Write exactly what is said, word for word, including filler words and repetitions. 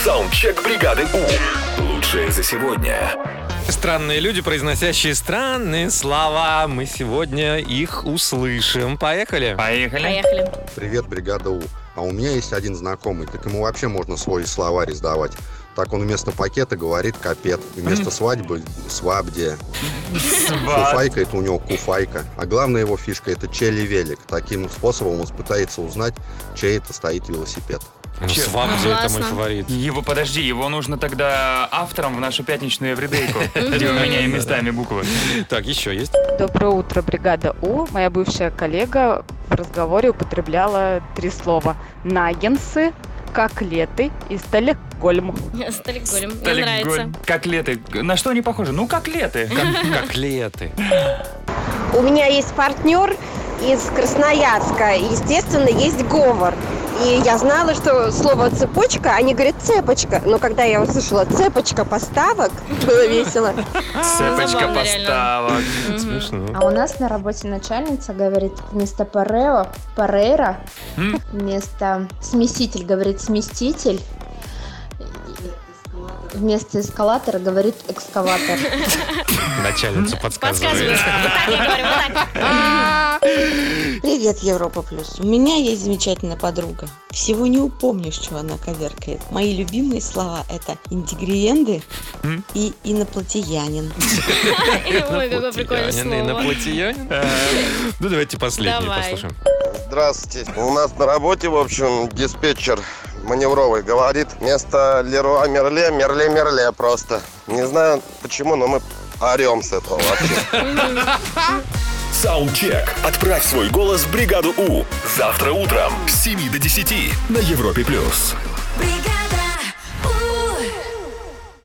Саундчек бригады У. Лучшее за сегодня. Странные люди, произносящие странные слова. Мы сегодня их услышим. Поехали? Поехали. Поехали. Привет, бригада У. А у меня есть один знакомый, так ему вообще можно свой словарь издавать. Так он вместо пакета говорит капет, вместо свадьбы свабдия. Куфайка — это у него куфайка. А главная его фишка — это чели-велик. Таким способом он пытается узнать, чей это стоит велосипед. Ну, свабдия — это мой Классно. фаворит. Его, подожди, его нужно тогда автором в нашу пятничную эвридейку, где мы меняем местами буквы. Так, еще есть? Доброе утро, бригада У. Моя бывшая коллега в разговоре употребляла три слова: наггинсы, коклеты и сталикгольм. Сталикгольм. Мне нравится. Сталикголь. Котлеты. На что они похожи? Ну, котлеты. Коклеты. У меня есть партнер из Красноярска, и, естественно, есть говор. И я знала, что слово «цепочка», они говорят «цепочка». Но когда я услышала «цепочка поставок», было весело. Цепочка Забавно, поставок. Смешно. А у нас на работе начальница говорит вместо парео – парейра, М? вместо смеситель говорит сместитель, вместо эскалатора говорит экскаватор. Начальница Подсказывает. подсказывает. Вот так я говорю, вот так. Привет, Европа Плюс. У меня есть замечательная подруга. Всего не упомнишь, что она коверкает. Мои любимые слова — это ингредиенты М? и иноплатиянин. Ой, какое прикольное слово. Иноплатиянин? Ну, давайте последнее Давай. послушаем. Здравствуйте. У нас на работе, в общем, диспетчер маневровый говорит вместо Леруа Мерле, Мерле Мерле просто. Не знаю почему, но мы орем с этого вообще. Саундчек. Отправь свой голос в бригаду У. Завтра утром с семи до десяти на Европе плюс. Бригада!